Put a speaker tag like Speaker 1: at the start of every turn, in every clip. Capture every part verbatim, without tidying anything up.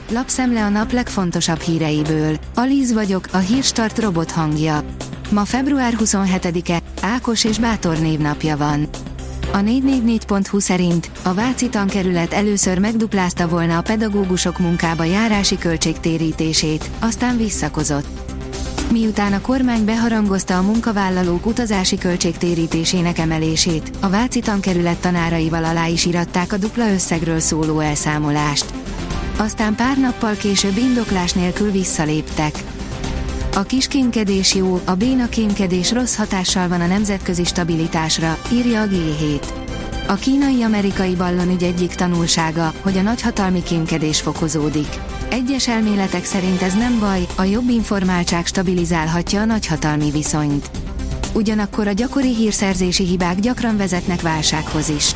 Speaker 1: Lapszemle a nap legfontosabb híreiből. Alíz vagyok, a Hírstart robot hangja. Ma február huszonhetedike, Ákos és Bátor névnapja van. A négy négy négy pont hu szerint a váci tankerület először megduplázta volna a pedagógusok munkába járási költségtérítését, aztán visszakozott. Miután a kormány beharangozta a munkavállalók utazási költségtérítésének emelését, a váci tankerület tanáraival alá is íratták a dupla összegről szóló elszámolást. Aztán pár nappal később indoklás nélkül visszaléptek. A kiskémkedés jó, a béna kémkedés rossz hatással van a nemzetközi stabilitásra, írja a gé hét. A kínai-amerikai ballonügy egyik tanulsága, hogy a nagyhatalmi kémkedés fokozódik. Egyes elméletek szerint ez nem baj, a jobb informáltság stabilizálhatja a nagyhatalmi viszonyt. Ugyanakkor a gyakori hírszerzési hibák gyakran vezetnek válsághoz is.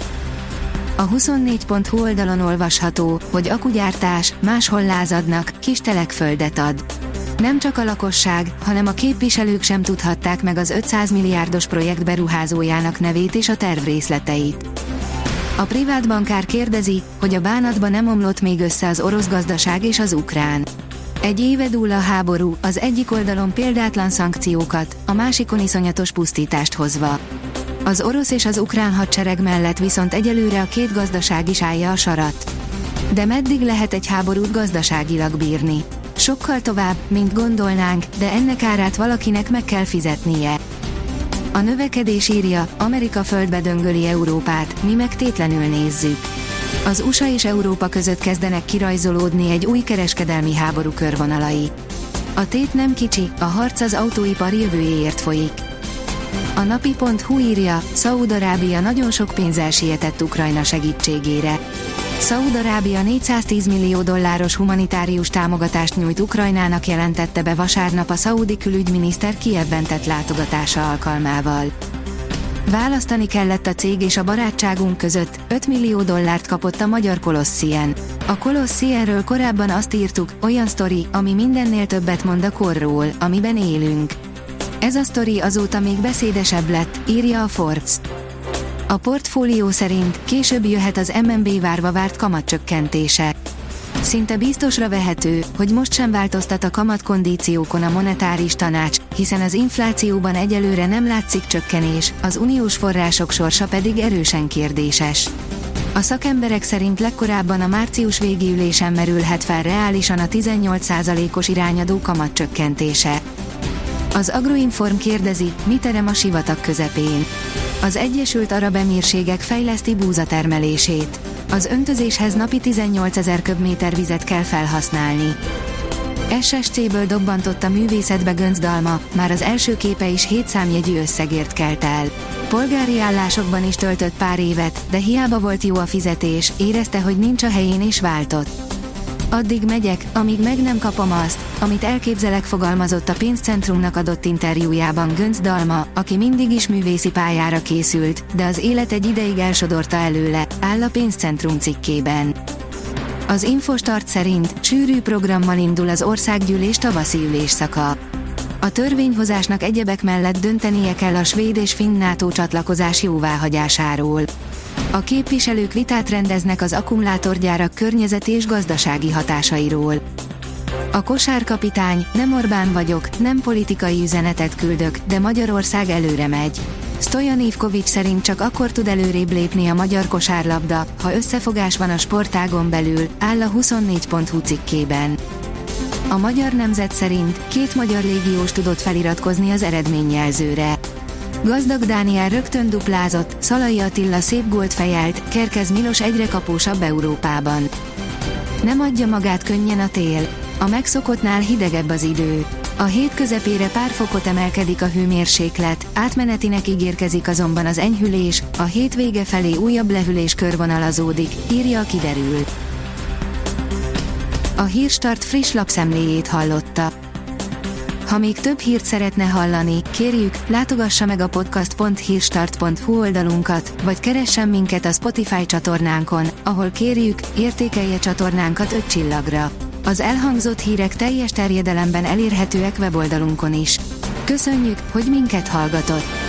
Speaker 1: A huszonnégy pont hu oldalon olvasható, hogy akugyártás, máshol lázadnak, kis telekföldet ad. Nem csak a lakosság, hanem a képviselők sem tudhatták meg az ötszáz milliárdos projekt beruházójának nevét és a terv részleteit. A privát bankár kérdezi, hogy a bánatba nem omlott még össze az orosz gazdaság és az ukrán. Egy éve dúl a háború, az egyik oldalon példátlan szankciókat, a másikon iszonyatos pusztítást hozva. Az orosz és az ukrán hadsereg mellett viszont egyelőre a két gazdaság is állja a sarat. De meddig lehet egy háborút gazdaságilag bírni? Sokkal tovább, mint gondolnánk, de ennek árát valakinek meg kell fizetnie. A növekedés írja, Amerika földbe döngöli Európát, mi meg tétlenül nézzük. Az u es á és Európa között kezdenek kirajzolódni egy új kereskedelmi háború körvonalai. A tét nem kicsi, a harc az autóipar jövőjéért folyik. A napi pont hu írja, Szaúd-Arábia nagyon sok pénzzel sietett Ukrajna segítségére. Szaúd-Arábia négyszáztíz millió dolláros humanitárius támogatást nyújt Ukrajnának, jelentette be vasárnap a szaúdi külügyminiszter Kijevben tett látogatása alkalmával. Választani kellett a cég és a barátságunk között, öt millió dollárt kapott a magyar Kolossien. A Kolossienről korábban azt írtuk, olyan sztori, ami mindennél többet mond a korról, amiben élünk. Ez a sztori azóta még beszédesebb lett, írja a Forbes. A portfólió szerint később jöhet az em en bé várva várt kamatcsökkentése. Szinte biztosra vehető, hogy most sem változtat a kamatkondíciókon a monetáris tanács, hiszen az inflációban egyelőre nem látszik csökkenés, az uniós források sorsa pedig erősen kérdéses. A szakemberek szerint legkorábban a március végi ülésen merülhet fel reálisan a tizennyolc százalékos irányadó kamatcsökkentése. Az Agroinform kérdezi, mit terem a sivatag közepén. Az Egyesült Arab Emírségek fejleszti búzatermelését. Az öntözéshez napi tizennyolcezer köbméter vizet kell felhasználni. es es cé-ből dobbantott a művészetbe Göncz Dalma, már az első képe is hét számjegyű összegért kelt el. Polgári állásokban is töltött pár évet, de hiába volt jó a fizetés, érezte, hogy nincs a helyén és váltott. Addig megyek, amíg meg nem kapom azt, amit elképzelek, fogalmazott a Pénzcentrumnak adott interjújában Göncz Dalma, aki mindig is művészi pályára készült, de az élet egy ideig elsodorta előle, áll a Pénzcentrum cikkében. Az Infostart szerint sűrű programmal indul az országgyűlés tavaszi ülésszaka. A törvényhozásnak egyebek mellett döntenie kell a svéd és finn NATO csatlakozás jóváhagyásáról. A képviselők vitát rendeznek az akkumulátorgyárak környezeti és gazdasági hatásairól. A kosárkapitány, nem Orbán vagyok, nem politikai üzenetet küldök, de Magyarország előre megy. Stojan Ivkovics szerint csak akkor tud előrébb lépni a magyar kosárlabda, ha összefogás van a sportágon belül, áll a huszonnégy pont hu cikkében. A Magyar Nemzet szerint két magyar légiós tudott feliratkozni az eredményjelzőre. Gazdag Dániel rögtön duplázott, Szalai Attila szép gólt fejelt, Kerkez Milos egyre kapósabb Európában. Nem adja magát könnyen a tél. A megszokottnál hidegebb az idő. A hét közepére pár fokot emelkedik a hőmérséklet, átmenetinek ígérkezik azonban az enyhülés, a hét vége felé újabb lehűlés körvonalazódik, írja a Kiderül. A Hírstart friss lapszemléjét hallotta. Ha még több hírt szeretne hallani, kérjük, látogassa meg a podcast pont hírstart pont hu oldalunkat, vagy keressen minket a Spotify csatornánkon, ahol kérjük, értékelje csatornánkat öt csillagra. Az elhangzott hírek teljes terjedelemben elérhetőek weboldalunkon is. Köszönjük, hogy minket hallgatott!